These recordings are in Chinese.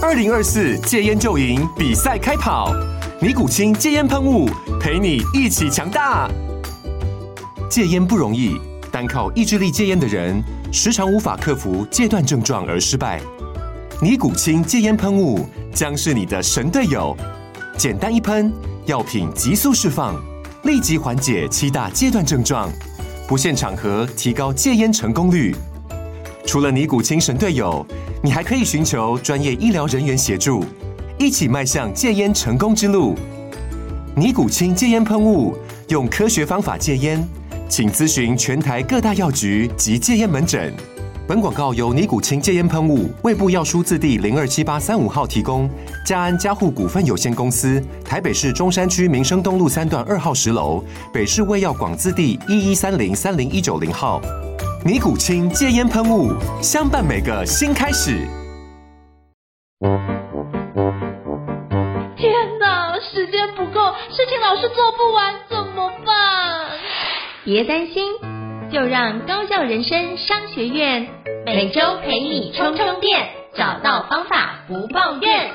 2024戒烟就赢比赛开跑，尼古清戒烟喷雾陪你一起强大。戒烟不容易，单靠意志力戒烟的人，时常无法克服戒断症状而失败。尼古清戒烟喷雾将是你的神队友，简单一喷，药品急速释放，立即缓解7大戒断症状，不限场合提高戒烟成功率。除了尼古清神队友，你还可以寻求专业医疗人员协助，一起迈向戒烟成功之路。尼古清戒烟喷雾，用科学方法戒烟，请咨询全台各大药局及戒烟门诊。本广告由尼古清戒烟喷雾、卫部药书字第027835号提供，嘉安嘉护股份有限公司，台北市中山区民生东路3段2号10楼，北市卫药广字第1130-30190号。尼古清戒烟喷雾，相伴每个新开始。 天哪，时间不够，事情老是做不完，怎么办？ 别担心，就让高效人生商学院每周陪你充充电，找到方法不抱怨。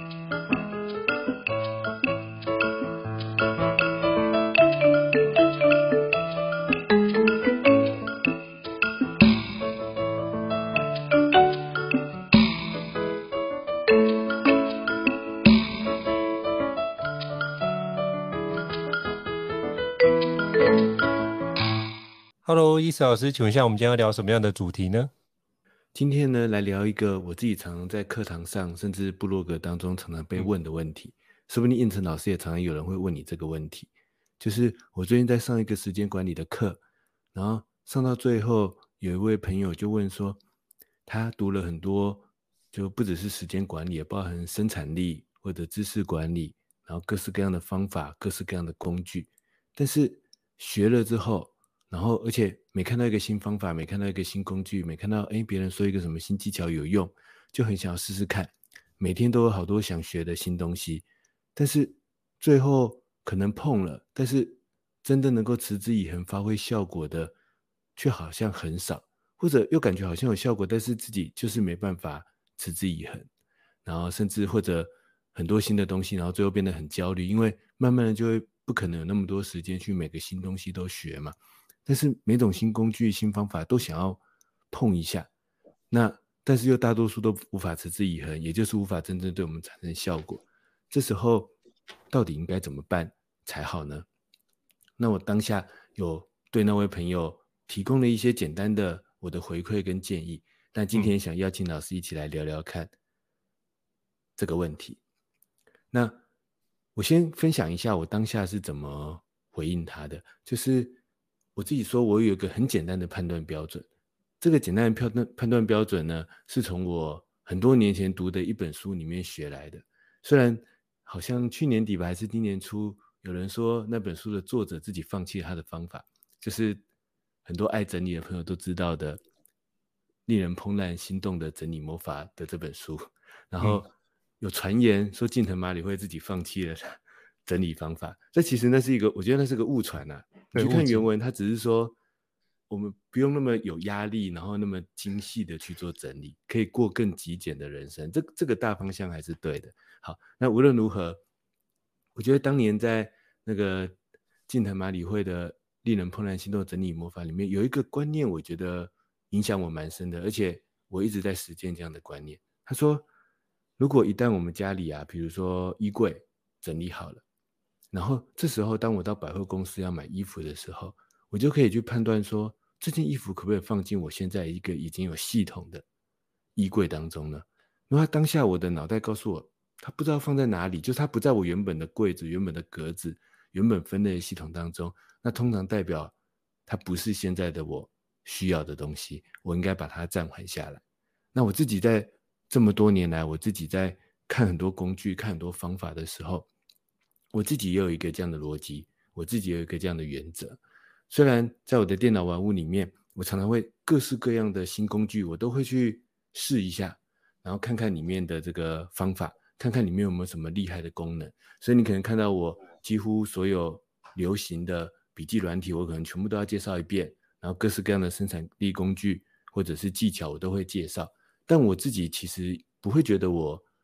Hello， 伊斯老师，请问一下，我们今天要聊什么样的主题呢？ 今天呢，来聊一个我自己常常在课堂上，甚至部落格当中常常被问的问题。说不定应成老师也常常有人会问你这个问题。就是我最近在上一个时间管理的课，然后上到最后，有一位朋友就问说，他读了很多，就不只是时间管理，也包含生产力或者知识管理，然后各式各样的方法，各式各样的工具，但是学了之后，然后而且每看到一个新方法，每看到一个新工具，每看到别人说一个什么新技巧有用，就很想要试试看，每天都有好多想学的新东西，但是最后可能碰了，但是真的能够持之以恒发挥效果的却好像很少，或者又感觉好像有效果，但是自己就是没办法持之以恒，然后甚至或者很多新的东西，然后最后变得很焦虑，因为慢慢的就会不可能有那么多时间去每个新东西都学嘛，但是每种新工具、新方法都想要碰一下，但是又大多数都无法持之以恒，也就是无法真正对我们产生效果。这时候到底应该怎么办才好呢？那我当下有对那位朋友提供了一些简单的我的回馈跟建议，但今天想邀请老师一起来聊聊看这个问题。那我先分享一下我当下是怎么回应他的，就是我自己说我有一个很简单的判断标准，这个简单的判断标准呢，是从我很多年前读的一本书里面学来的，虽然好像去年底吧还是今年初有人说那本书的作者自己放弃了他的方法，就是很多爱整理的朋友都知道的令人怦然心动的整理魔法的这本书，然后有传言说近藤麻里惠自己放弃了整理方法，这其实那是一个，我觉得那是个误传啊。你去看原文，他只是说我们不用那么有压力，然后那么精细的去做整理，可以过更极简的人生，这个大方向还是对的。好，那无论如何，我觉得当年在那个近藤麻里惠的令人怦然心动的整理魔法里面，有一个观念我觉得影响我蛮深的，而且我一直在实践这样的观念。他说如果一旦我们家里比如说衣柜整理好了，然后这时候当我到百货公司要买衣服的时候，我就可以去判断说这件衣服可不可以放进我现在一个已经有系统的衣柜当中呢？因为当下我的脑袋告诉我它不知道放在哪里，就是它不在我原本的柜子、原本的格子、原本分类的系统当中，那通常代表它不是现在的我需要的东西，我应该把它暂缓下来。那我自己在这么多年来，我自己在看很多工具、看很多方法的时候，我自己也有一个这样的逻辑，我自己也有一个这样的原则。虽然在我的电脑玩物里面，我常常会各式各样的新工具，我都会去试一下，然后看看里面的这个方法，看看里面有没有什么厉害的功能。所以你可能看到我几乎所有流行的笔记软体，我可能全部都要介绍一遍，然后各式各样的生产力工具或者是技巧我都会介绍。但我自己其实不会觉得我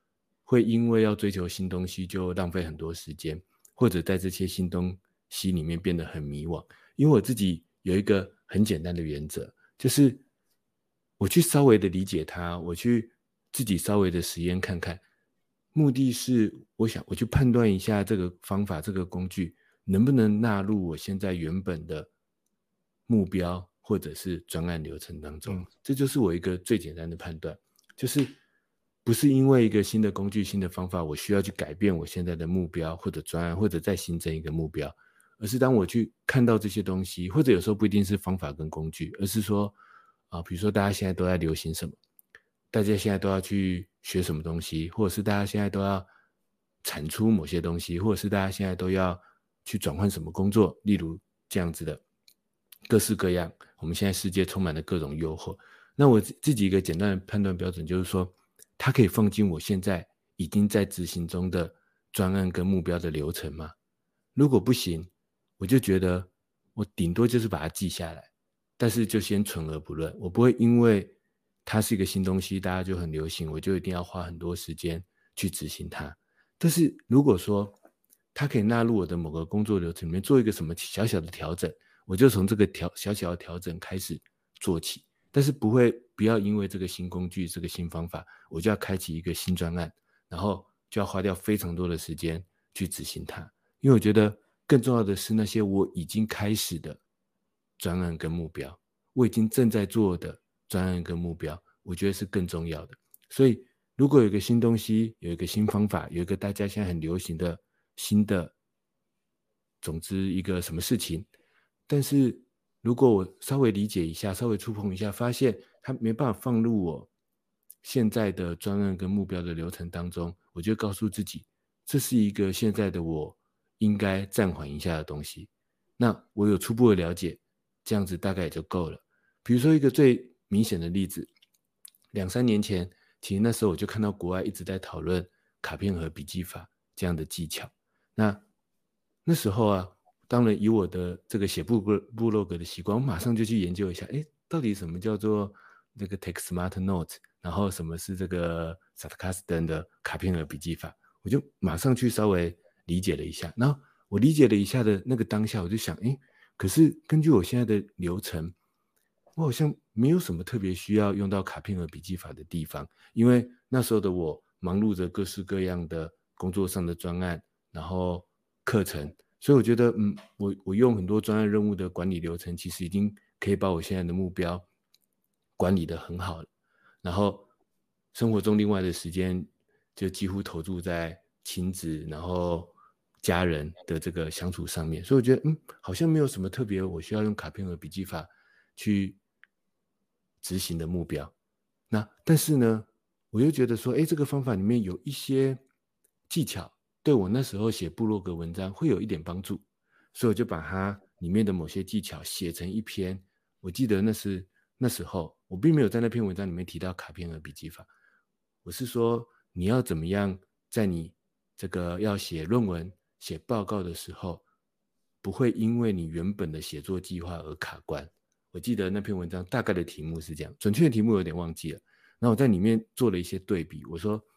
会因为要追求新东西就浪费很多时间，或者在这些新东西里面变得很迷惘。因为我自己有一个很简单的原则，就是我去稍微的理解它，我去自己稍微的实验看看，目的是我去判断一下这个方法这个工具能不能纳入我现在原本的目标或者是专案流程当中。这就是我一个最简单的判断，就是不是因为一个新的工具新的方法我需要去改变我现在的目标或者专案或者再新增一个目标，而是当我去看到这些东西，或者有时候不一定是方法跟工具，而是说比如说大家现在都在流行什么，大家现在都要去学什么东西，或者是大家现在都要产出某些东西，或者是大家现在都要去转换什么工作，例如这样子的各式各样，我们现在世界充满了各种诱惑。那我自己一个简单的判断标准就是说，它可以放进我现在已经在执行中的专案跟目标的流程吗？如果不行，我就觉得我顶多就是把它记下来，但是就先存而不论。我不会因为它是一个新东西，大家就很流行，我就一定要花很多时间去执行它。但是如果说它可以纳入我的某个工作流程里面做一个什么小小的调整，我就从这个小小的调整开始做起，但是不要因为这个新工具这个新方法我就要开启一个新专案，然后就要花掉非常多的时间去执行它。因为我觉得更重要的是那些我已经开始的专案跟目标，我已经正在做的专案跟目标，我觉得是更重要的。所以如果有一个新东西，有一个新方法，有一个大家现在很流行的新的总之一个什么事情，但是如果我稍微理解一下，稍微触碰一下，发现它没办法放入我现在的专案跟目标的流程当中，我就告诉自己，这是一个现在的我应该暂缓一下的东西。那我有初步的了解，这样子大概也就够了。比如说一个最明显的例子，2-3年前，其实那时候我就看到国外一直在讨论卡片和笔记法这样的技巧。那时候啊，当然以我的这个写部落格的习惯，我马上就去研究一下，到底什么叫做这个 Take Smart Note， 然后什么是这个 Satkasten 的卡片和笔记法，我就马上去稍微理解了一下。然后我理解了一下的那个当下，我就想，可是根据我现在的流程，我好像没有什么特别需要用到卡片和笔记法的地方，因为那时候的我忙碌着各式各样的工作上的专案，然后课程，所以我觉得我用很多专案任务的管理流程，其实已经可以把我现在的目标管理得很好了。然后生活中另外的时间就几乎投注在亲子然后家人的这个相处上面，所以我觉得好像没有什么特别我需要用卡片和笔记法去执行的目标。但是呢，我又觉得说这个方法里面有一些技巧对我那时候写部落格文章会有一点帮助，所以我就把它里面的某些技巧写成一篇。我记得那时候我并没有在那篇文章里面提到卡片和笔记法，我是说你要怎么样在你这个要写论文写报告的时候不会因为你原本的写作计划而卡关。我记得那篇文章大概的题目是这样，准确的题目有点忘记了，然后我在里面做了一些对比，我说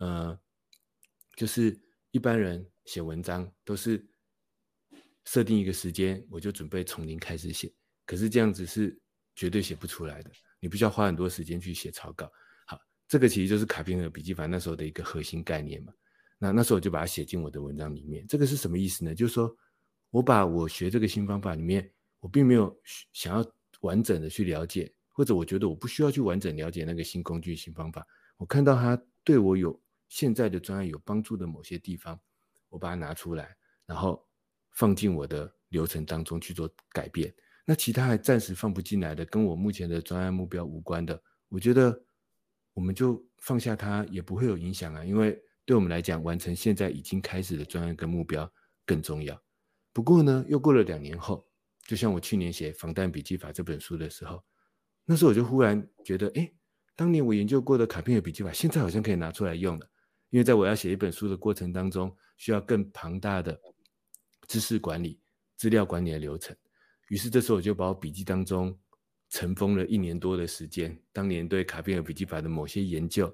就是一般人写文章都是设定一个时间，我就准备从零开始写，可是这样子是绝对写不出来的，你必须要花很多时间去写草稿。好，这个其实就是卡片和笔记法那时候的一个核心概念嘛。那时候我就把它写进我的文章里面。这个是什么意思呢？就是说我把我学这个新方法里面，我并没有想要完整的去了解，或者我觉得我不需要去完整了解那个新工具新方法，我看到它对我有现在的专案有帮助的某些地方，我把它拿出来，然后放进我的流程当中去做改变。那其他还暂时放不进来的，跟我目前的专案目标无关的，我觉得我们就放下它也不会有影响啊，因为对我们来讲，完成现在已经开始的专案跟目标更重要。不过呢，又过了2年后，就像我去年写《防弹笔记法》这本书的时候，那时候我就忽然觉得，当年我研究过的卡片和笔记法，现在好像可以拿出来用了。因为在我要写一本书的过程当中，需要更庞大的知识管理、资料管理的流程。于是这时候我就把我笔记当中尘封了1年多的时间，当年对卡片和笔记法的某些研究，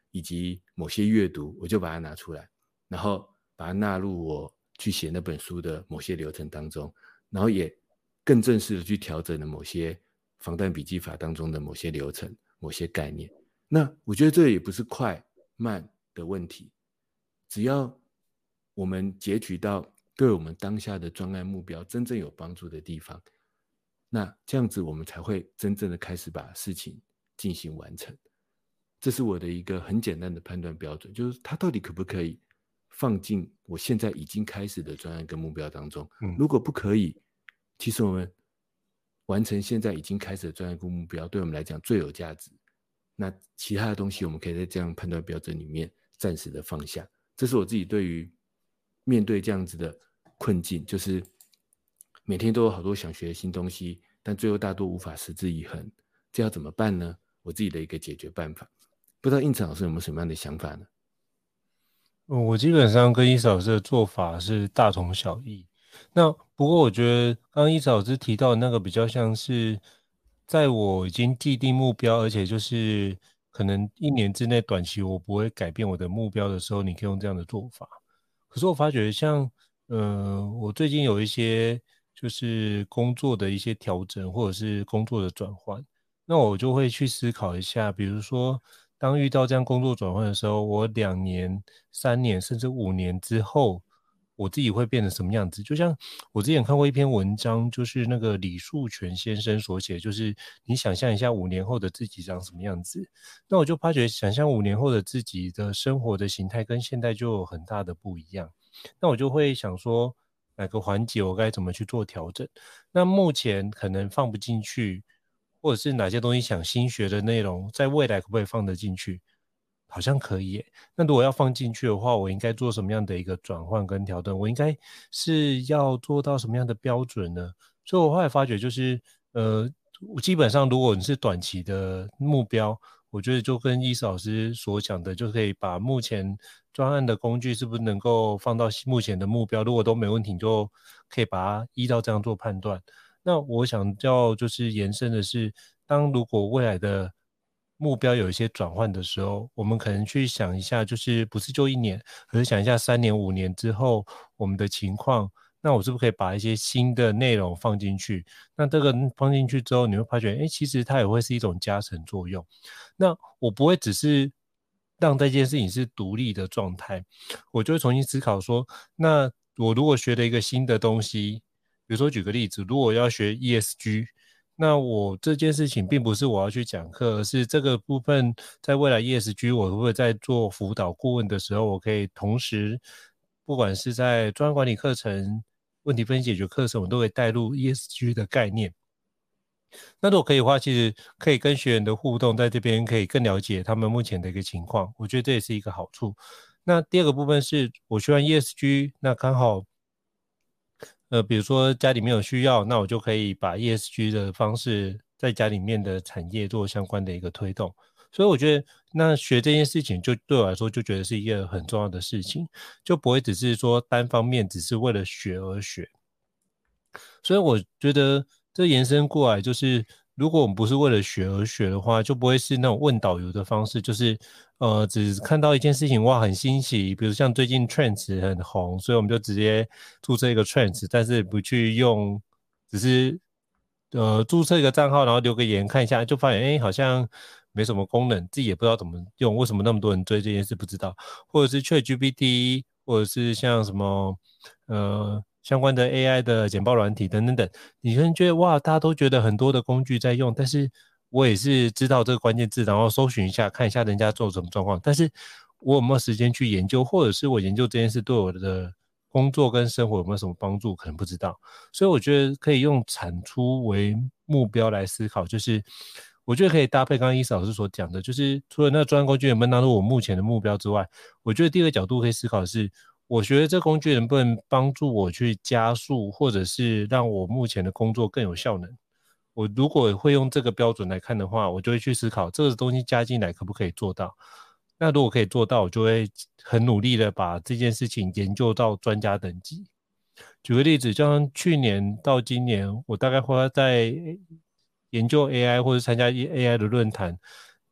以及某些阅读，我就把它拿出来，然后把它纳入我去写那本书的某些流程当中，然后也更正式的去调整了某些防弹笔记法当中的某些流程、某些概念。那我觉得这也不是快慢的问题，只要我们截取到对我们当下的专案目标真正有帮助的地方，那这样子我们才会真正的开始把事情进行完成。这是我的一个很简单的判断标准，就是它到底可不可以放进我现在已经开始的专案跟目标当中。如果不可以，其实我们完成现在已经开始的专案跟目标对我们来讲最有价值，那其他的东西我们可以在这样判断标准里面暂时的放下。这是我自己对于面对这样子的困境，就是每天都有好多想学的新东西，但最后大多无法持之以恒，这要怎么办呢？我自己的一个解决办法。不知道应成老师有没有什么样的想法呢？ 我基本上跟伊嫂老师的做法是大同小异。那不过我觉得刚刚伊嫂老师提到的那个比较像是在我已经既定目标，而且就是可能1年之内短期我不会改变我的目标的时候，你可以用这样的做法。可是我发觉像我最近有一些就是工作的一些调整，或者是工作的转换，那我就会去思考一下，比如说当遇到这样工作转换的时候，我2年、3年甚至5年之后，我自己会变成什么样子？就像我之前看过一篇文章，就是那个李树全先生所写，就是你想象一下5年后的自己长什么样子。那我就发觉想象5年后的自己的生活的形态跟现在就有很大的不一样。那我就会想说哪个环节我该怎么去做调整。那目前可能放不进去，或者是哪些东西想新学的内容，在未来可不可以放得进去？好像可以耶。那如果要放进去的话，我应该做什么样的一个转换跟调整？我应该是要做到什么样的标准呢？所以我后来发觉就是基本上如果你是短期的目标，我觉得就跟伊嫂老师所讲的，就可以把目前专案的工具是不是能够放到目前的目标，如果都没问题，就可以把它依照这样做判断。那我想要就是延伸的是，如果未来的目标有一些转换的时候，我们可能去想一下，就是不是就1年，而是想一下3年、5年之后我们的情况，那我是不是可以把一些新的内容放进去？那这个放进去之后，你会发觉，其实它也会是一种加成作用。那我不会只是让这件事情是独立的状态，我就会重新思考说，那我如果学了一个新的东西，比如说举个例子，如果要学 ESG， 那我这件事情并不是我要去讲课，而是这个部分在未来 ESG 我会不会在做辅导顾问的时候，我可以同时不管是在专案管理课程、问题分析解决课程，我都可以带入 ESG 的概念。那如果可以的话，其实可以跟学员的互动在这边可以更了解他们目前的一个情况，我觉得这也是一个好处。那第二个部分是我学完 ESG， 那刚好比如说家里面有需要，那我就可以把 ESG 的方式在家里面的产业做相关的一个推动。所以我觉得那学这件事情就对我来说就觉得是一个很重要的事情，就不会只是说单方面只是为了学而学。所以我觉得这延伸过来就是，如果我们不是为了学而学的话，就不会是那种问导游的方式，就是只看到一件事情哇很新奇，比如像最近 Trends 很红，所以我们就直接注册一个 Trends， 但是不去用，只是注册一个账号，然后留个言看一下，就发现好像没什么功能，自己也不知道怎么用，为什么那么多人追这件事不知道，或者是 ChatGPT， 或者是像什么相关的 AI 的简报软体等等等，你可能觉得哇，大家都觉得很多的工具在用，但是我也是知道这个关键字，然后搜寻一下，看一下人家做什么状况，但是我有没有时间去研究，或者是我研究这件事对我的工作跟生活有没有什么帮助，可能不知道。所以我觉得可以用产出为目标来思考，就是我觉得可以搭配刚刚伊嫂老师所讲的，就是除了那个专案工具有没有纳入我目前的目标之外，我觉得第二个角度可以思考的是，我觉得这工具能不能帮助我去加速，或者是让我目前的工作更有效能。我如果会用这个标准来看的话，我就会去思考这个东西加进来可不可以做到。那如果可以做到，我就会很努力的把这件事情研究到专家等级。举个例子，就像去年到今年，我大概花在研究 AI 或者参加 AI 的论坛，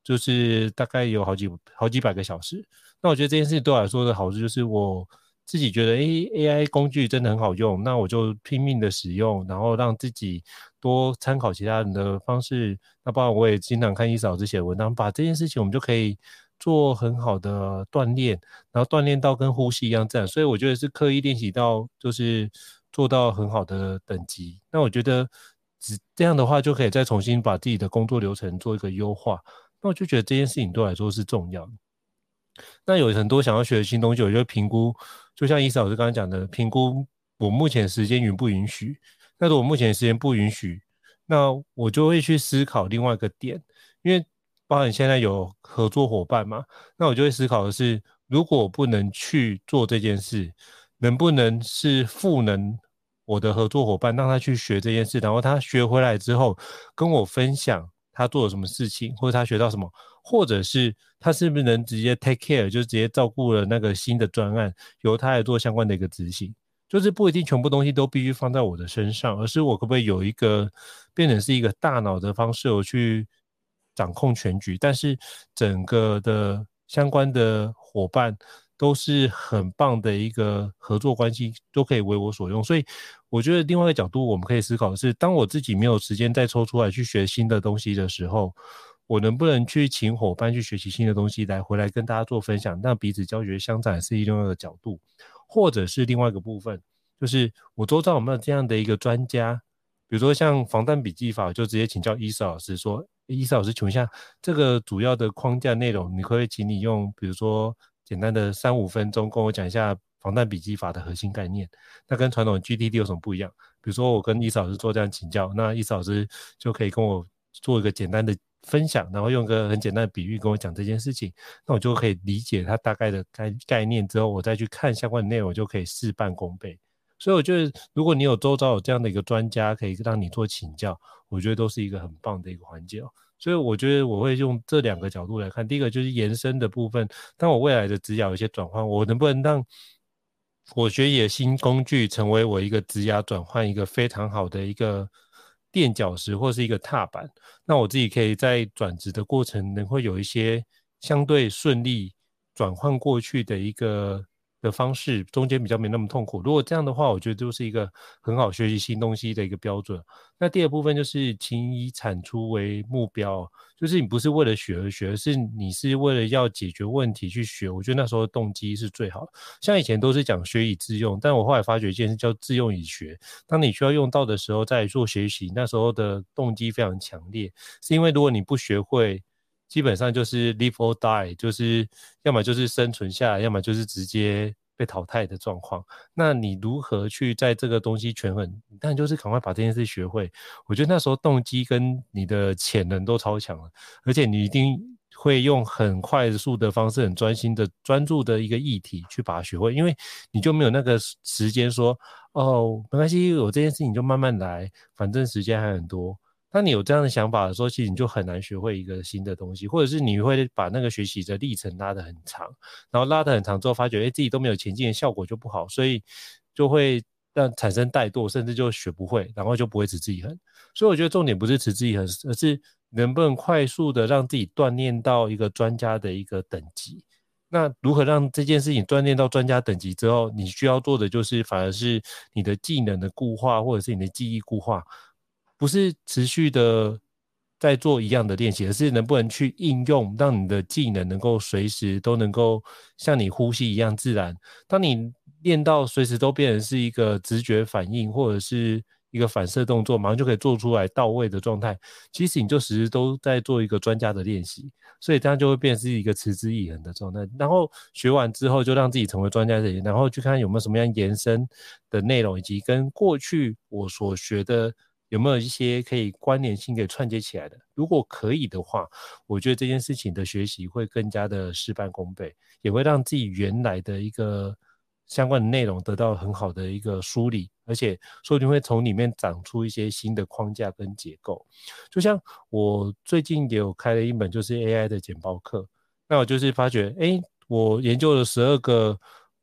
就是大概有好几百个小时。那我觉得这件事情对我来说的好处就是我自己觉得AI 工具真的很好用，那我就拼命的使用，然后让自己多参考其他人的方式。那包括我也经常看伊嫂老师写的文章，把这件事情我们就可以做很好的锻炼，然后锻炼到跟呼吸一样自然。所以我觉得是刻意练习到就是做到很好的等级。那我觉得这样的话就可以再重新把自己的工作流程做一个优化。那我就觉得这件事情对我来说是重要的。那有很多想要学的新东西，我就会评估，就像伊嫂老师刚刚讲的，评估我目前时间允不允许。那如果目前时间不允许，那我就会去思考另外一个点，因为包含现在有合作伙伴嘛，那我就会思考的是，如果我不能去做这件事，能不能是赋能我的合作伙伴，让他去学这件事，然后他学回来之后跟我分享他做了什么事情，或者他学到什么，或者是他是不是能直接 take care， 就直接照顾了那个新的专案，由他来做相关的一个执行。就是不一定全部东西都必须放在我的身上，而是我可不可以有一个变成是一个大脑的方式，我去掌控全局，但是整个的相关的伙伴都是很棒的一个合作关系，都可以为我所用。所以我觉得另外一个角度我们可以思考的是，当我自己没有时间再抽出来去学新的东西的时候，我能不能去请伙伴去学习新的东西回来跟大家做分享，让彼此教学相长，是另外一个角度。或者是另外一个部分，就是我周遭有没有这样的一个专家，比如说像防弹笔记法，就直接请教伊嫂老师说，伊嫂老师请问一下，这个主要的框架内容，你可以请你用比如说简单的3-5分钟跟我讲一下防弹笔记法的核心概念，那跟传统的 GTD 有什么不一样？比如说我跟伊嫂老师做这样请教，那伊嫂老师就可以跟我做一个简单的分享，然后用个很简单的比喻跟我讲这件事情，那我就可以理解他大概的概念之后，我再去看相关的内容，就可以事半功倍。所以我觉得如果你有周遭有这样的一个专家可以让你做请教，我觉得都是一个很棒的一个环节哦。所以我觉得我会用这2个角度来看，第一个就是延伸的部分，当我未来的职涯有一些转换，我能不能让我学习的新工具成为我一个职涯转换一个非常好的一个垫脚石或是一个踏板，那我自己可以在转职的过程能会有一些相对顺利转换过去的一个的方式，中间比较没那么痛苦。如果这样的话，我觉得就是一个很好学习新东西的一个标准。那第二部分就是请以产出为目标，就是你不是为了学而学，而是你是为了要解决问题去学。我觉得那时候动机是最好的。像以前都是讲学以致用，但我后来发觉一件事叫致用以学。当你需要用到的时候再做学习，那时候的动机非常强烈，是因为如果你不学会，基本上就是 live or die， 就是要么就是生存下来，要么就是直接被淘汰的状况。那你如何去在这个东西权衡？当然就是赶快把这件事学会。我觉得那时候动机跟你的潜能都超强了，而且你一定会用很快速的方式，很专心的专注的一个议题去把它学会，因为你就没有那个时间说哦没关系，我这件事情就慢慢来，反正时间还很多。当你有这样的想法的时候，其实你就很难学会一个新的东西，或者是你会把那个学习的历程拉得很长，然后拉得很长之后发觉自己都没有前进的效果就不好，所以就会产生怠惰，甚至就学不会，然后就不会持之以恒。所以我觉得重点不是持之以恒，而是能不能快速的让自己锻炼到一个专家的一个等级。那如何让这件事情锻炼到专家等级之后，你需要做的就是反而是你的技能的固化，或者是你的记忆固化，不是持续的在做一样的练习，而是能不能去应用，让你的技能能够随时都能够像你呼吸一样自然。当你练到随时都变成是一个直觉反应，或者是一个反射动作，马上就可以做出来到位的状态，其实你就时时都在做一个专家的练习，所以这样就会变成是一个持之以恒的状态。然后学完之后就让自己成为专家的人，然后去看有没有什么样延伸的内容，以及跟过去我所学的有没有一些可以关联性可以串接起来的。如果可以的话，我觉得这件事情的学习会更加的事半功倍，也会让自己原来的一个相关的内容得到很好的一个梳理，而且说不定会从里面长出一些新的框架跟结构。就像我最近也有开了一本就是 AI 的简报课，那我就是发觉我研究了12个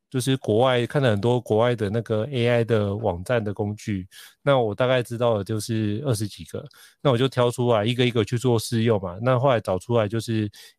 就是国外看了很多国外的那个 AI 的网站的工具，那我大概知道的就是20几个，那我就挑出来一个一个去做试用嘛。那后来找出来就是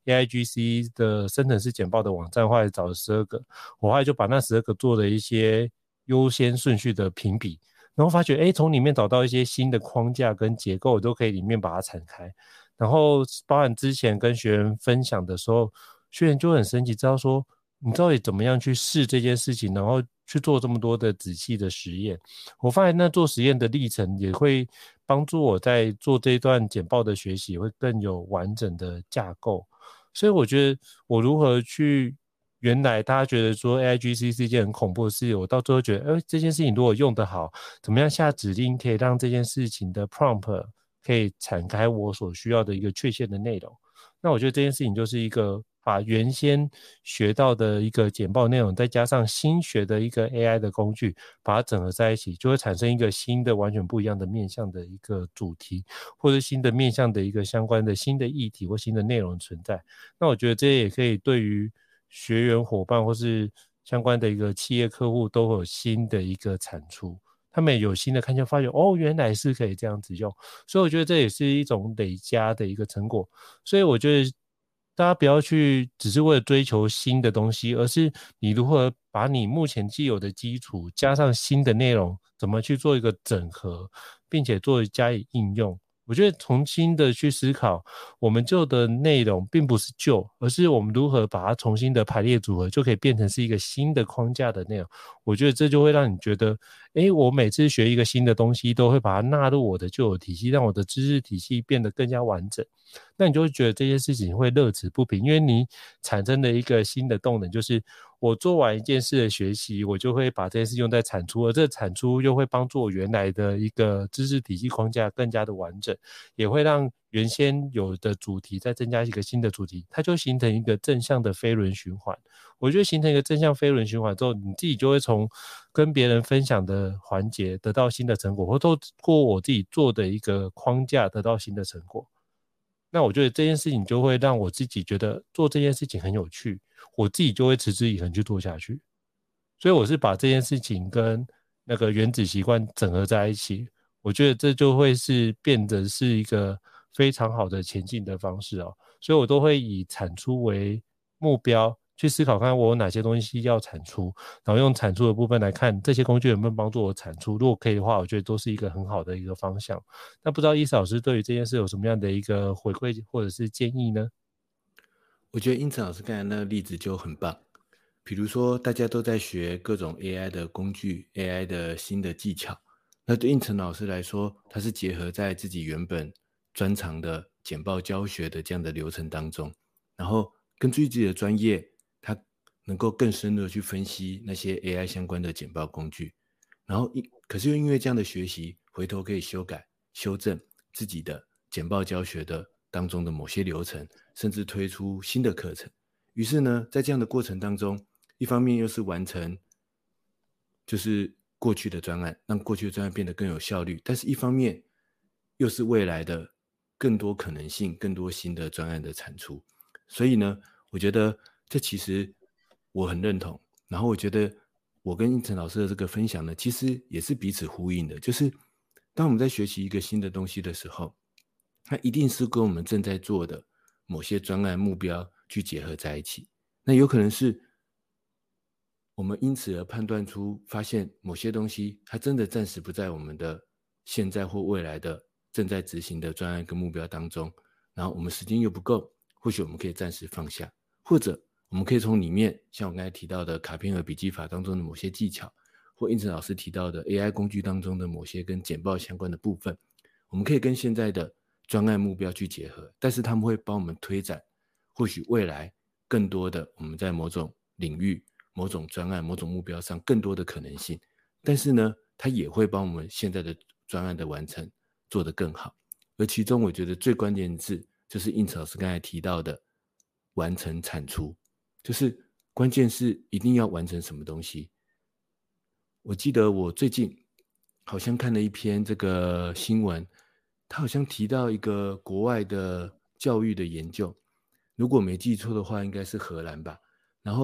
AIGC 的生成式简报的网站，后来找了12个，我后来就把那12个做了一些优先顺序的评比，然后发觉从里面找到一些新的框架跟结构，都可以里面把它铲开。然后包含之前跟学员分享的时候，学员就很神奇，知道说你到底怎么样去试这件事情，然后去做这么多的仔细的实验。我发现那做实验的历程也会帮助我在做这一段简报的学习会更有完整的架构。所以我觉得我如何去，原来大家觉得说 AIGC 是一件很恐怖的事，我到最后觉得这件事情如果用得好，怎么样下指令可以让这件事情的 prompt 可以展开我所需要的一个确切的内容。那我觉得这件事情就是一个把原先学到的一个简报内容，再加上新学的一个 AI 的工具，把它整合在一起，就会产生一个新的完全不一样的面向的一个主题，或者新的面向的一个相关的新的议题或新的内容存在。那我觉得这也可以对于学员伙伴或是相关的一个企业客户都会有新的一个产出，他们也有新的看见，发现原来是可以这样子用，所以我觉得这也是一种累加的一个成果。所以我觉得大家不要去只是为了追求新的东西，而是你如何把你目前既有的基础加上新的内容，怎么去做一个整合，并且加以应用。我觉得重新的去思考我们旧的内容并不是旧，而是我们如何把它重新的排列组合，就可以变成是一个新的框架的内容。我觉得这就会让你觉得我每次学一个新的东西都会把它纳入我的旧有体系，让我的知识体系变得更加完整。那你就会觉得这件事情会乐此不疲，因为你产生了一个新的动能，就是我做完一件事的学习，我就会把这件事用在产出，而这产出又会帮助我原来的一个知识体系框架更加的完整，也会让原先有的主题再增加一个新的主题，它就形成一个正向的飞轮循环。我觉得形成一个正向飞轮循环之后，你自己就会从跟别人分享的环节得到新的成果，或透过我自己做的一个框架得到新的成果。那我觉得这件事情就会让我自己觉得做这件事情很有趣，我自己就会持之以恒去做下去。所以我是把这件事情跟那个原子习惯整合在一起，我觉得这就会是变得是一个非常好的前进的方式哦。所以我都会以产出为目标去思考，看我有哪些东西要产出，然后用产出的部分来看这些工具能不能帮助我产出，如果可以的话，我觉得都是一个很好的一个方向。那不知道伊斯老师对于这件事有什么样的一个回馈或者是建议呢？ 我觉得英成老师刚才那个例子就很棒，比如说大家都在学各种 AI 的工具， AI 的新的技巧，那对英成老师来说，他是结合在自己原本专长的简报教学的这样的流程当中，然后根据自己的专业，他能够更深入的去分析那些 AI 相关的简报工具，然后可是又因为这样的学习，回头可以修改修正自己的简报教学的当中的某些流程，甚至推出新的课程。于是呢，在这样的过程当中，一方面又是完成就是过去的专案，让过去的专案变得更有效率，但是一方面又是未来的更多可能性，更多新的专案的产出。所以呢，我觉得这其实我很认同，然后我觉得我跟应成老师的这个分享呢，其实也是彼此呼应的，就是当我们在学习一个新的东西的时候，它一定是跟我们正在做的某些专案目标去结合在一起。那有可能是我们因此而判断出发现某些东西它真的暂时不在我们的现在或未来的正在执行的专案跟目标当中，然后我们时间又不够，或许我们可以暂时放下，或者我们可以从里面像我刚才提到的卡片和笔记法当中的某些技巧，或应成老师提到的 AI 工具当中的某些跟简报相关的部分，我们可以跟现在的专案目标去结合，但是他们会帮我们推展或许未来更多的我们在某种领域、某种专案、某种目标上更多的可能性，但是呢，它也会帮我们现在的专案的完成做得更好。而其中我觉得最关键的字就是应成老师刚才提到的完成产出，就是关键是一定要完成什么东西。我记得我最近好像看了一篇这个新闻，他好像提到一个国外的教育的研究，如果没记错的话应该是荷兰吧，然后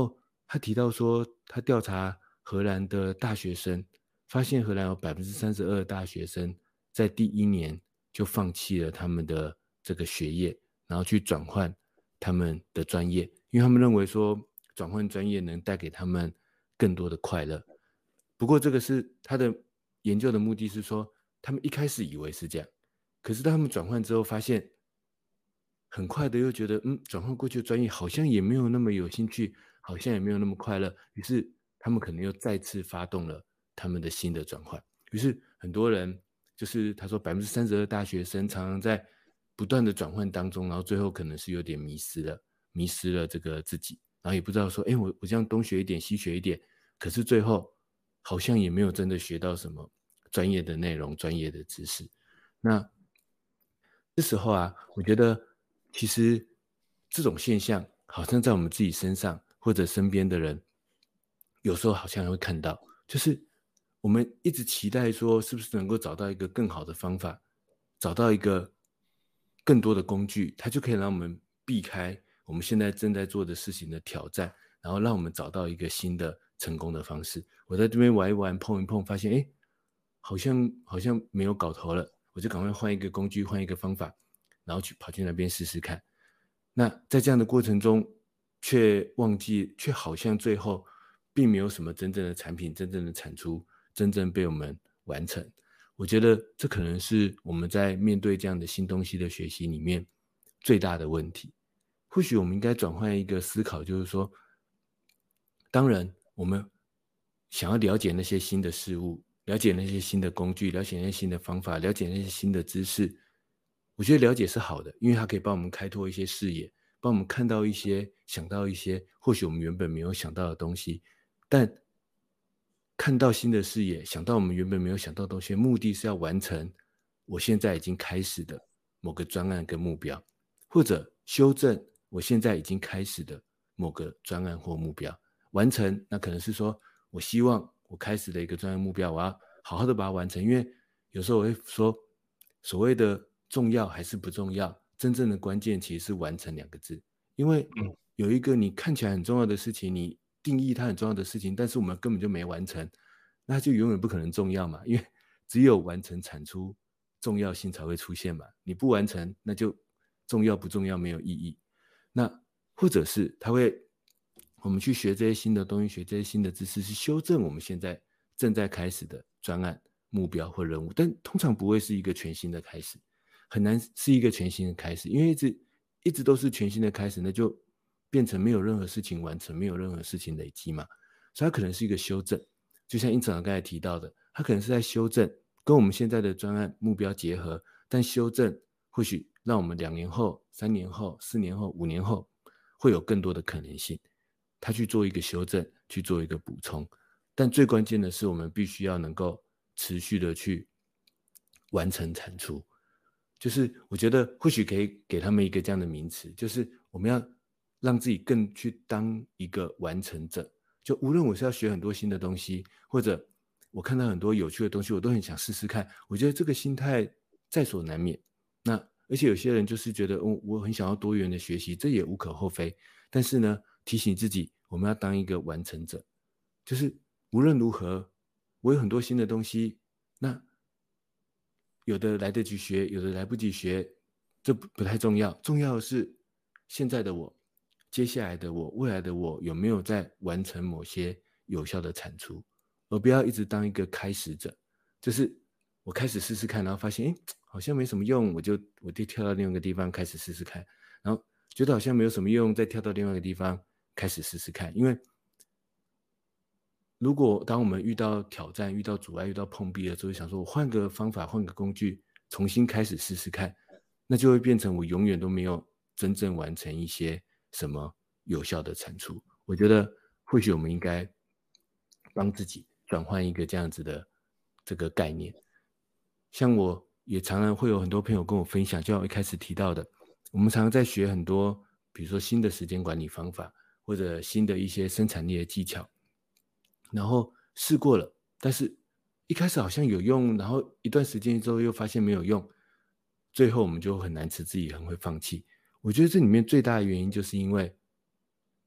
他提到说，他调查荷兰的大学生，发现荷兰有32%的大学生在第1年就放弃了他们的这个学业，然后去转换他们的专业，因为他们认为说转换专业能带给他们更多的快乐。不过这个是他的研究的目的是说，他们一开始以为是这样，可是当他们转换之后发现，很快的又觉得转换过去的专业好像也没有那么有兴趣，好像也没有那么快乐，于是他们可能又再次发动了他们的新的转换。于是很多人就是他说32%的大学生常常在不断的转换当中，然后最后可能是有点迷失了这个自己，然后也不知道说我这样东学一点西学一点，可是最后好像也没有真的学到什么专业的内容专业的知识。那这时候啊，我觉得其实这种现象好像在我们自己身上或者身边的人有时候好像会看到，就是我们一直期待说是不是能够找到一个更好的方法，找到一个更多的工具，它就可以让我们避开我们现在正在做的事情的挑战，然后让我们找到一个新的成功的方式。我在这边玩一玩碰一碰，发现好像没有搞头了，我就赶快换一个工具换一个方法，然后跑去那边试试看。那在这样的过程中却好像最后并没有什么真正的产品真正的产出真正被我们完成。我觉得这可能是我们在面对这样的新东西的学习里面最大的问题。或许我们应该转换一个思考，就是说当然我们想要了解那些新的事物，了解那些新的工具，了解那些新的方法，了解那些新的知识，我觉得了解是好的，因为它可以帮我们开拓一些视野，帮我们看到一些想到一些或许我们原本没有想到的东西。但看到新的视野，想到我们原本没有想到的东西，目的是要完成我现在已经开始的某个专案跟目标，或者修正我现在已经开始的某个专案或目标。完成那可能是说我希望我开始的一个专案目标，我要好好的把它完成。因为有时候我会说，所谓的重要还是不重要，真正的关键其实是完成2个字。因为有一个你看起来很重要的事情，你定义它很重要的事情，但是我们根本就没完成，那就永远不可能重要嘛。因为只有完成产出，重要性才会出现嘛。你不完成，那就重要不重要没有意义。那或者是我们去学这些新的东西，学这些新的知识，是修正我们现在正在开始的专案目标或任务，但通常不会是一个全新的开始，很难是一个全新的开始。因为一直都是全新的开始，那就变成没有任何事情完成，没有任何事情累积嘛。所以它可能是一个修正，就像英长刚才提到的，它可能是在修正，跟我们现在的专案目标结合，但修正或许让我们2年后、3年后、4年后、5年后会有更多的可能性，它去做一个修正，去做一个补充。但最关键的是，我们必须要能够持续的去完成产出。就是我觉得或许可以给他们一个这样的名词，就是我们要让自己更去当一个完成者。就无论我是要学很多新的东西，或者我看到很多有趣的东西，我都很想试试看。我觉得这个心态在所难免。那而且有些人就是觉得我很想要多元的学习，这也无可厚非。但是呢，提醒自己我们要当一个完成者，就是无论如何我有很多新的东西，那有的来得及学，有的来不及学，这不太重要。重要的是现在的我，接下来的我，未来的我有没有在完成某些有效的产出，而不要一直当一个开始者。就是我开始试试看，然后发现好像没什么用，我就跳到另外一个地方开始试试看，然后觉得好像没有什么用，再跳到另外一个地方开始试试看。因为如果当我们遇到挑战、遇到阻碍、遇到碰壁的时候，想说我换个方法、换个工具，重新开始试试看，那就会变成我永远都没有真正完成一些什么有效的产出。我觉得或许我们应该帮自己转换一个这样子的这个概念。像我也常常会有很多朋友跟我分享，就像我一开始提到的，我们常常在学很多比如说新的时间管理方法，或者新的一些生产力的技巧，然后试过了，但是一开始好像有用，然后一段时间之后又发现没有用，最后我们就很难持之以恒，会放弃。我觉得这里面最大的原因就是因为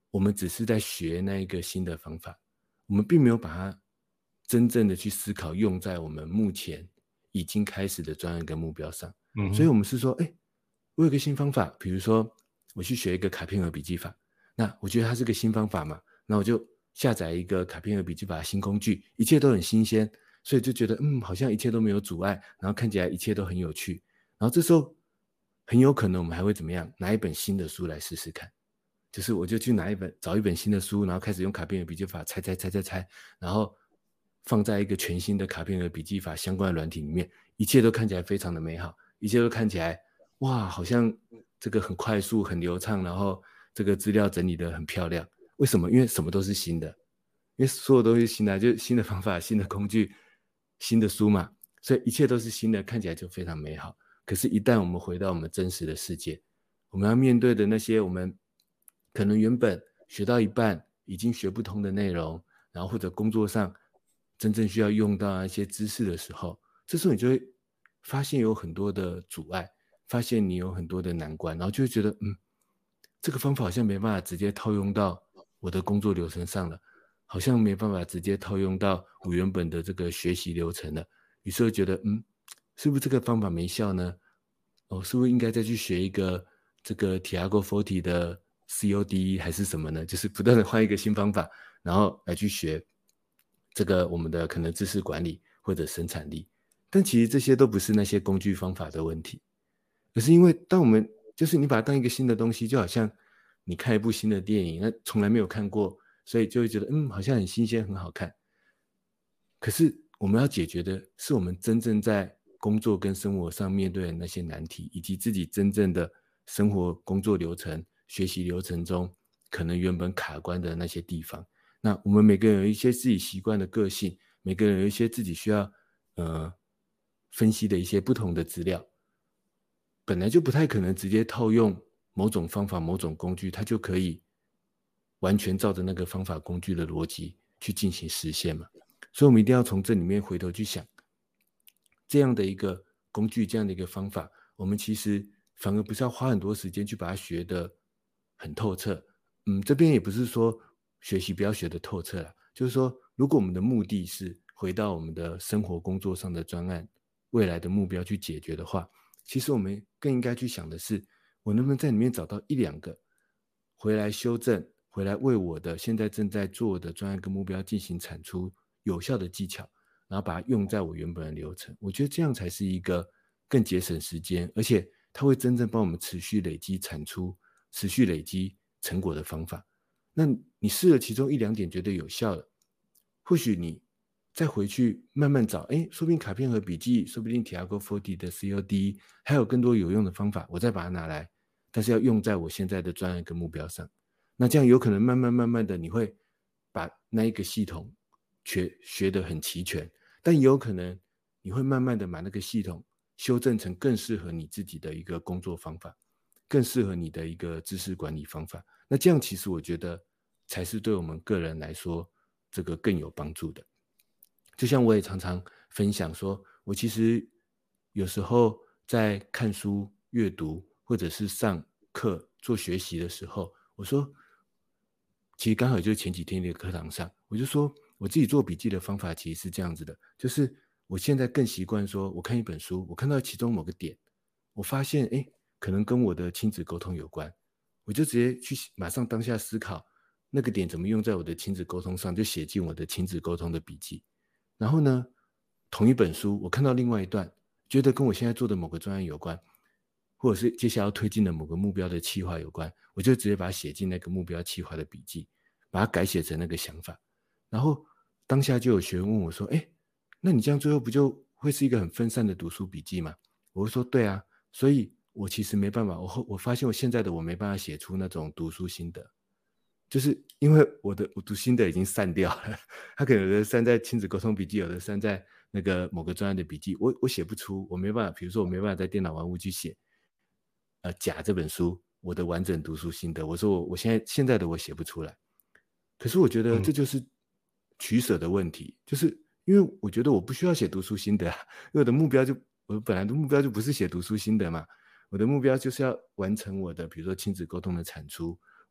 我们只是在学那一个新的方法，我们并没有把它真正的去思考用在我们目前已经开始的专案跟目标上。所以我们是说，我有个新方法，比如说我去学一个卡片和笔记法，那我觉得它是个新方法嘛，那我就下载一个卡片和笔记法的新工具，一切都很新鲜，所以就觉得好像一切都没有阻碍，然后看起来一切都很有趣。然后这时候很有可能我们还会怎么样？拿一本新的书来试试看，就是我就去找一本新的书，然后开始用卡片和笔记法猜，然后放在一个全新的卡片和笔记法相关的软体里面，一切都看起来非常的美好，一切都看起来哇，好像这个很快速很流畅，然后这个资料整理得很漂亮。为什么？因为什么都是新的，因为所有东西新的，就是新的方法、新的工具、新的书嘛，所以一切都是新的，看起来就非常美好。可是一旦我们回到我们真实的世界，我们要面对的那些我们可能原本学到一半已经学不通的内容，然后或者工作上真正需要用到一些知识的时候，这时候你就会发现有很多的阻碍，发现你有很多的难关，然后就会觉得这个方法好像没办法直接套用到我的工作流程上了，好像没办法直接套用到我原本的这个学习流程了。于是会觉得是不是这个方法没效呢？是不是应该再去学一个这个 Tiago Forte 的 CODE 还是什么呢？就是不断的换一个新方法，然后来去学这个我们的可能知识管理或者生产力。但其实这些都不是那些工具方法的问题，而是因为当我们就是你把它当一个新的东西，就好像你看一部新的电影，那从来没有看过，所以就会觉得好像很新鲜很好看。可是我们要解决的是我们真正在工作跟生活上面对的那些难题，以及自己真正的生活工作流程学习流程中可能原本卡关的那些地方。那我们每个人有一些自己习惯的个性，每个人有一些自己需要分析的一些不同的资料，本来就不太可能直接套用某种方法某种工具，它就可以完全照着那个方法工具的逻辑去进行实现嘛。所以我们一定要从这里面回头去想，这样的一个工具，这样的一个方法，我们其实反而不是要花很多时间去把它学得很透彻。这边也不是说学习不要学得透彻啦，就是说如果我们的目的是回到我们的生活工作上的专案未来的目标去解决的话，其实我们更应该去想的是，我能不能在里面找到一两个回来修正，回来为我的现在正在做的专案跟目标进行产出有效的技巧，然后把它用在我原本的流程。我觉得这样才是一个更节省时间，而且它会真正帮我们持续累积产出、持续累积成果的方法。那你试了其中一两点觉得有效了，或许你再回去慢慢找，说不定卡片和笔记，说不定 Tiago Forte 的 CODE 还有更多有用的方法，我再把它拿来，但是要用在我现在的专案跟目标上。那这样有可能慢慢的你会把那一个系统学得很齐全，但也有可能你会慢慢的把那个系统修正成更适合你自己的一个工作方法，更适合你的一个知识管理方法。那这样其实我觉得才是对我们个人来说这个更有帮助的。就像我也常常分享说，我其实有时候在看书阅读或者是上课做学习的时候，我说其实刚好就是前几天的课堂上，我就说我自己做笔记的方法其实是这样子的，就是我现在更习惯说，我看一本书，我看到其中某个点，我发现可能跟我的亲子沟通有关，我就直接去马上当下思考那个点怎么用在我的亲子沟通上，就写进我的亲子沟通的笔记。然后呢，同一本书我看到另外一段，觉得跟我现在做的某个专案有关，或者是接下来要推进的某个目标的企划有关，我就直接把它写进那个目标企划的笔记，把它改写成那个想法。然后当下就有学员问我说，那你这样最后不就会是一个很分散的读书笔记吗？我就说对啊，所以我其实没办法，我发现我现在的我没办法写出那种读书心得，就是因为我读心得已经散掉了，他可能有的散在亲子沟通笔记，有的散在那个某个专案的笔记，我写不出，我没办法，比如说我没办法在电脑玩物去写甲这本书我的完整读书心得，我说我现在的我写不出来。可是我觉得这就是取舍的问题，就是因为我觉得我不需要写读书心得，因为我本来的目标就不是写读书心得嘛，我的目标就是要完成我的比如说亲子沟通的产出，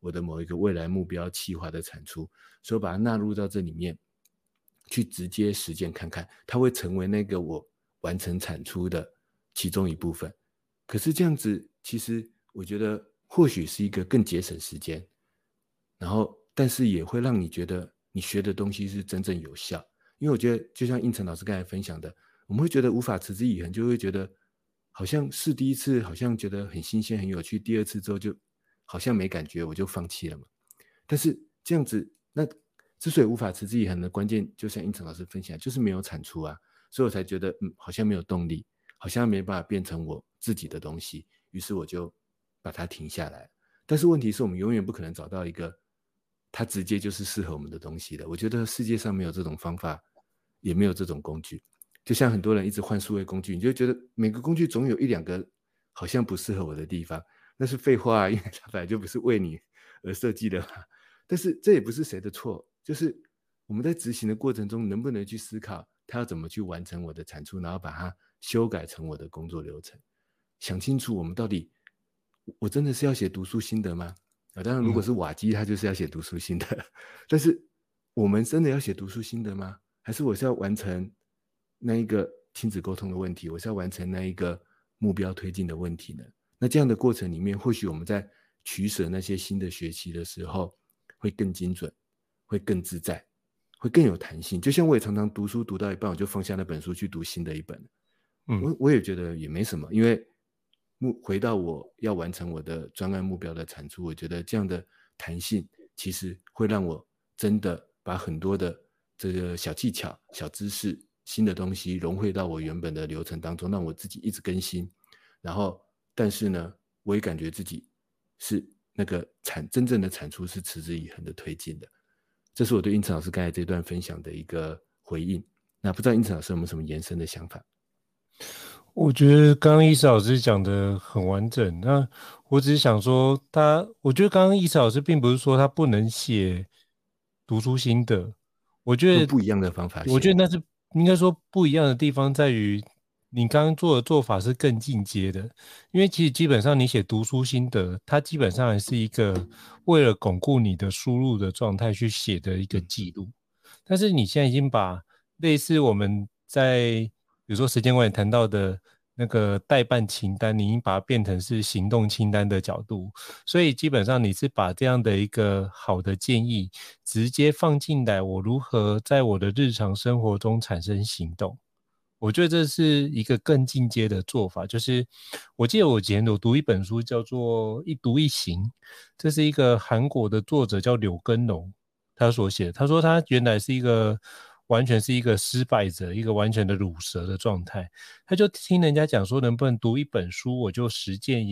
我的某一个未来目标企划的产出，所以把它纳入到这里面去直接实践看看，它会成为那个我完成产出的其中一部分。可是这样子其实我觉得或许是一个更节省时间，然后但是也会让你觉得你学的东西是真正有效。因为我觉得就像应成老师刚才分享的，我们会觉得无法持之以恒，就会觉得好像试第一次好像觉得很新鲜很有趣，第二次之后就好像没感觉，我就放弃了嘛。但是这样子，那之所以无法持之以恒的关键，就像应成老师分享，就是没有产出啊，所以我才觉得好像没有动力，好像没办法变成我自己的东西，于是我就把它停下来。但是问题是我们永远不可能找到一个它直接就是适合我们的东西的。我觉得世界上没有这种方法，也没有这种工具。就像很多人一直换数位工具，你就觉得每个工具总有一两个好像不适合我的地方，那是废话啊，因为它本来就不是为你而设计的嘛。但是这也不是谁的错，就是我们在执行的过程中能不能去思考它要怎么去完成我的产出，然后把它修改成我的工作流程。想清楚我们到底我真的是要写读书心得吗？当然如果是瓦基他就是要写读书心得，但是我们真的要写读书心得吗？还是我是要完成那一个亲子沟通的问题，我是要完成那一个目标推进的问题呢？那这样的过程里面，或许我们在取舍那些新的学习的时候会更精准，会更自在，会更有弹性。就像我也常常读书读到一半我就放下那本书去读新的一本，我也觉得也没什么，因为回到我要完成我的专案目标的产出，我觉得这样的弹性其实会让我真的把很多的这个小技巧、小知识、新的东西融汇到我原本的流程当中，让我自己一直更新。然后，但是呢，我也感觉自己是那个真正的产出是持之以恒的推进的。这是我对应成老师刚才这段分享的一个回应。那不知道应成老师有没有什么延伸的想法？ 我觉得刚刚易思老师讲的很完整，那我只是想说我觉得刚刚易思老师并不是说他不能写读书心得，我觉得不一样的方法写， 我觉得那是应该说不一样的地方在于你刚刚做的做法是更进阶的，因为其实基本上你写读书心得，它基本上还是一个为了巩固你的输入的状态去写的一个记录，但是你现在已经把类似我们在比如说时间管理谈到的那个待办清单，你已经把它变成是行动清单的角度，所以基本上你是把这样的一个好的建议直接放进来，我如何在我的日常生活中产生行动。我觉得这是一个更进阶的做法，就是我记得我以前有读一本书叫做《一读一行》，这是一个韩国的作者叫柳根龙他所写的，他说他原来是完全是一个失败者，一个完全的乳蛇的状态，他就听人家讲说能不能读一本书我就实践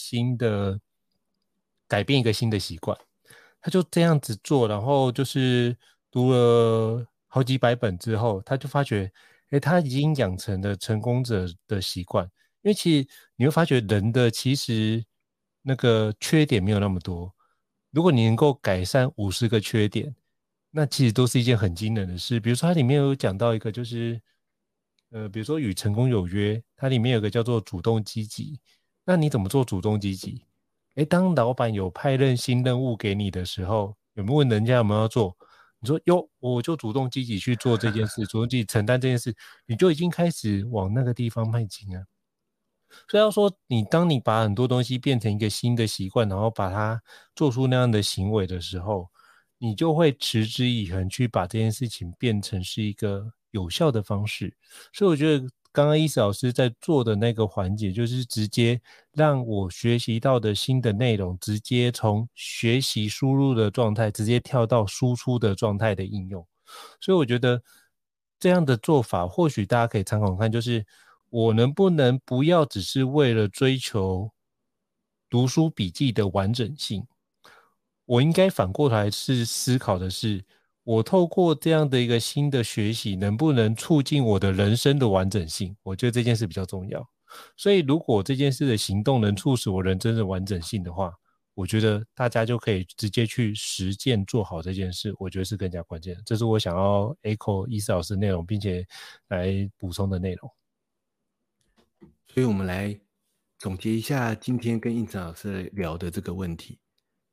改变一个新的习惯，他就这样子做，然后就是读了好几百本之后，他就发觉他已经养成了成功者的习惯，因为其实你会发觉人的其实那个缺点没有那么多，如果你能够改善50个缺点，那其实都是一件很惊人的事。比如说它里面有讲到一个就是比如说与成功有约，它里面有个叫做主动积极，那你怎么做主动积极？当老板有派新任务给你的时候，有没有问人家有没有要做？你说哟，我就主动积极去做这件事，主动积极承担这件事，你就已经开始往那个地方迈进了。所以要说当你把很多东西变成一个新的习惯，然后把它做出那样的行为的时候，你就会持之以恒去把这件事情变成是一个有效的方式。所以我觉得刚刚伊思老师在做的那个环节，就是直接让我学习到的新的内容，直接从学习输入的状态，直接跳到输出的状态的应用。所以我觉得这样的做法，或许大家可以参考看，就是我能不能不要只是为了追求读书笔记的完整性，我应该反过来是思考的是，我透过这样的一个新的学习，能不能促进我的人生的完整性？我觉得这件事比较重要。所以如果这件事的行动能促使我人生的完整性的话，我觉得大家就可以直接去实践做好这件事，我觉得是更加关键的。这是我想要 echo 伊思老师内容，并且来补充的内容。 所以我们来总结一下今天跟应成老师聊的这个问题。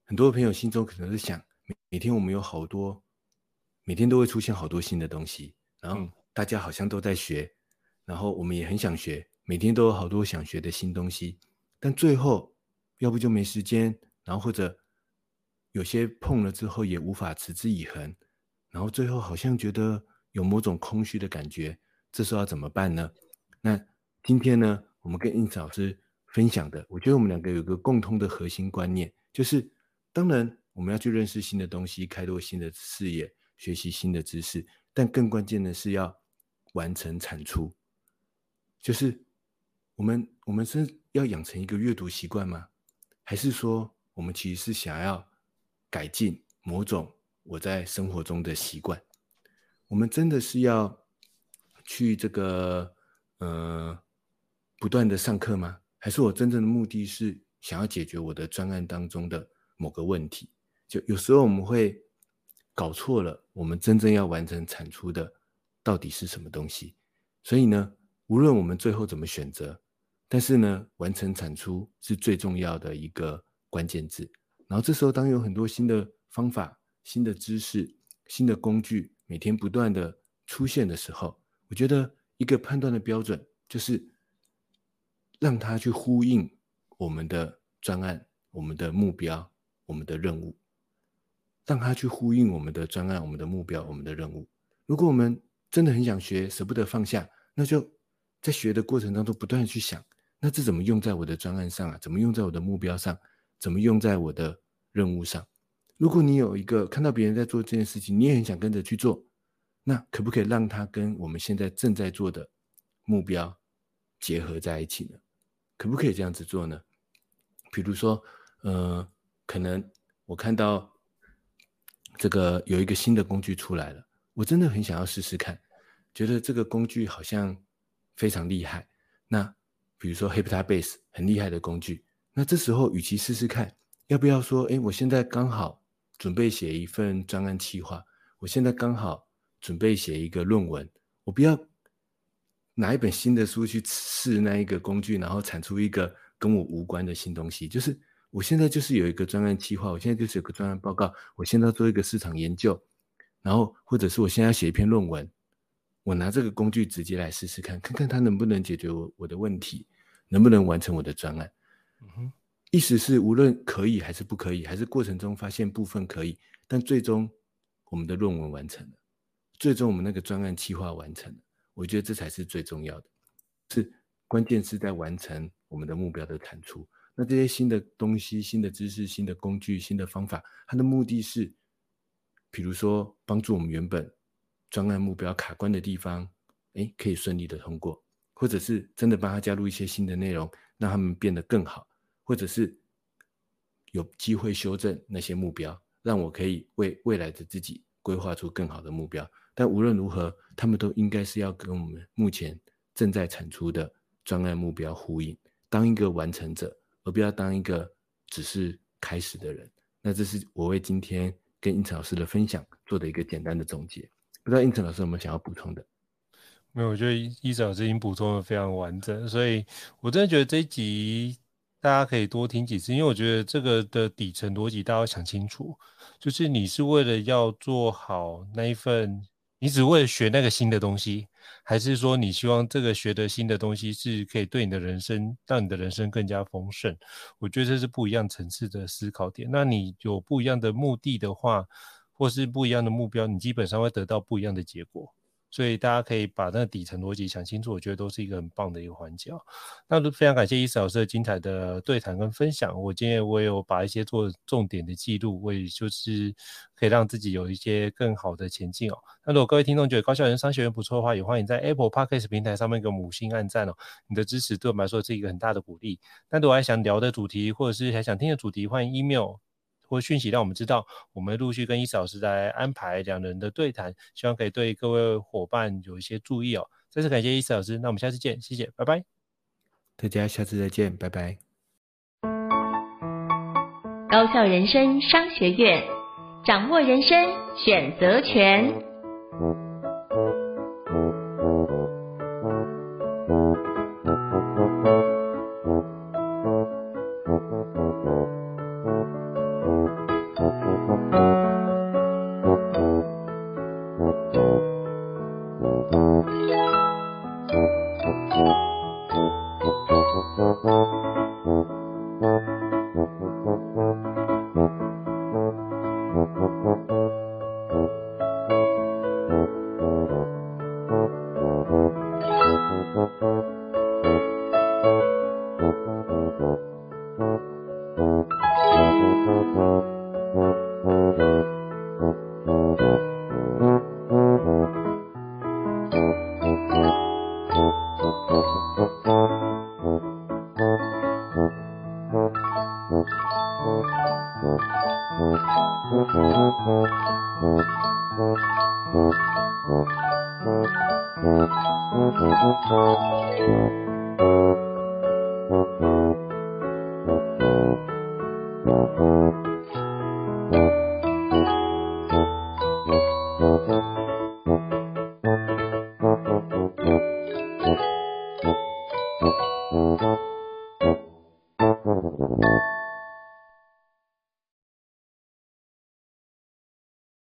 很多朋友心中可能是想，每天我们有好多，每天都会出现好多新的东西，然后大家好像都在学，然后我们也很想学，每天都有好多想学的新东西，但最后要不就没时间，然后或者有些碰了之后也无法持之以恒，然后最后好像觉得有某种空虚的感觉，这时候要怎么办呢？那今天呢，我们跟应老师分享的，我觉得我们两个有一个共通的核心观念，就是当然我们要去认识新的东西，开拓新的视野，学习新的知识，但更关键的是要完成产出。就是我们是要养成一个阅读习惯吗？还是说我们其实是想要改进某种我在生活中的习惯？我们真的是要去这个不断的上课吗？还是我真正的目的是想要解决我的专案当中的某个问题？就有时候我们会搞错了，我们真正要完成产出的到底是什么东西？所以呢，无论我们最后怎么选择，但是呢，完成产出是最重要的一个关键字。然后这时候当有很多新的方法、新的知识、新的工具每天不断的出现的时候，我觉得一个判断的标准就是让它去呼应我们的专案、我们的目标、我们的任务，让它去呼应我们的专案、我们的目标、我们的任务。如果我们真的很想学，舍不得放下，那就在学的过程当中不断的去想，那这怎么用在我的专案上啊？怎么用在我的目标上？怎么用在我的任务上？如果你有一个看到别人在做这件事情，你也很想跟着去做，那可不可以让它跟我们现在正在做的目标结合在一起呢？可不可以这样子做呢？比如说，可能我看到这个有一个新的工具出来了，我真的很想要试试看，觉得这个工具好像非常厉害。那比如说 Hyptabase 很厉害的工具，那这时候与其试试看，要不要说，我现在刚好准备写一份专案计划，我现在刚好准备写一个论文，我不要拿一本新的书去试那一个工具，然后产出一个跟我无关的新东西。就是我现在就是有一个专案计划，我现在就是有个专案报告，我现在要做一个市场研究，然后或者是我现在要写一篇论文，我拿这个工具直接来试试看，看看它能不能解决我的问题，能不能完成我的专案。意思是无论可以还是不可以，还是过程中发现部分可以，但最终我们的论文完成了，最终我们那个专案计划完成了，我觉得这才是最重要的，是关键是在完成我们的目标的产出。那这些新的东西、新的知识、新的工具、新的方法，它的目的是比如说帮助我们原本专案目标卡关的地方可以顺利的通过，或者是真的帮他加入一些新的内容，让他们变得更好，或者是有机会修正那些目标，让我可以为未来的自己规划出更好的目标。但无论如何，他们都应该是要跟我们目前正在产出的专案目标呼应，当一个完成者，而不要当一个只是开始的人。那这是我为今天跟应成老师的分享做的一个简单的总结，不知道应成老师有没有想要补充的？ 没有，我觉得伊子老师已经补充的非常完整，所以我真的觉得这一集大家可以多听几次，因为我觉得这个的底层逻辑大家要想清楚，就是你是为了要做好那一份，你只为了学那个新的东西，还是说你希望这个学的新的东西是可以对你的人生，让你的人生更加丰盛？我觉得这是不一样层次的思考点。那你有不一样的目的的话，或是不一样的目标，你基本上会得到不一样的结果。所以大家可以把那个底层逻辑想清楚，我觉得都是一个很棒的一个环节。那非常感谢伊思老师的精彩的对谈跟分享。我今天我也有把一些做重点的记录，我也就是可以让自己有一些更好的前进哦。那如果各位听众觉得高效人商学院不错的话，也欢迎在 Apple Podcast 平台上面给我们5星按赞哦。你的支持对我们来说是一个很大的鼓励。那如果还想聊的主题，或者是还想听的主题，欢迎 email或讯息让我们知道，我们陆续跟伊思老师来安排两人的对谈，希望可以对各位伙伴有一些注意哦。再次感谢伊思老师，那我们下次见，谢谢，拜拜。 大家下次再见，拜拜。 高效人生商学院，掌握人生选择权。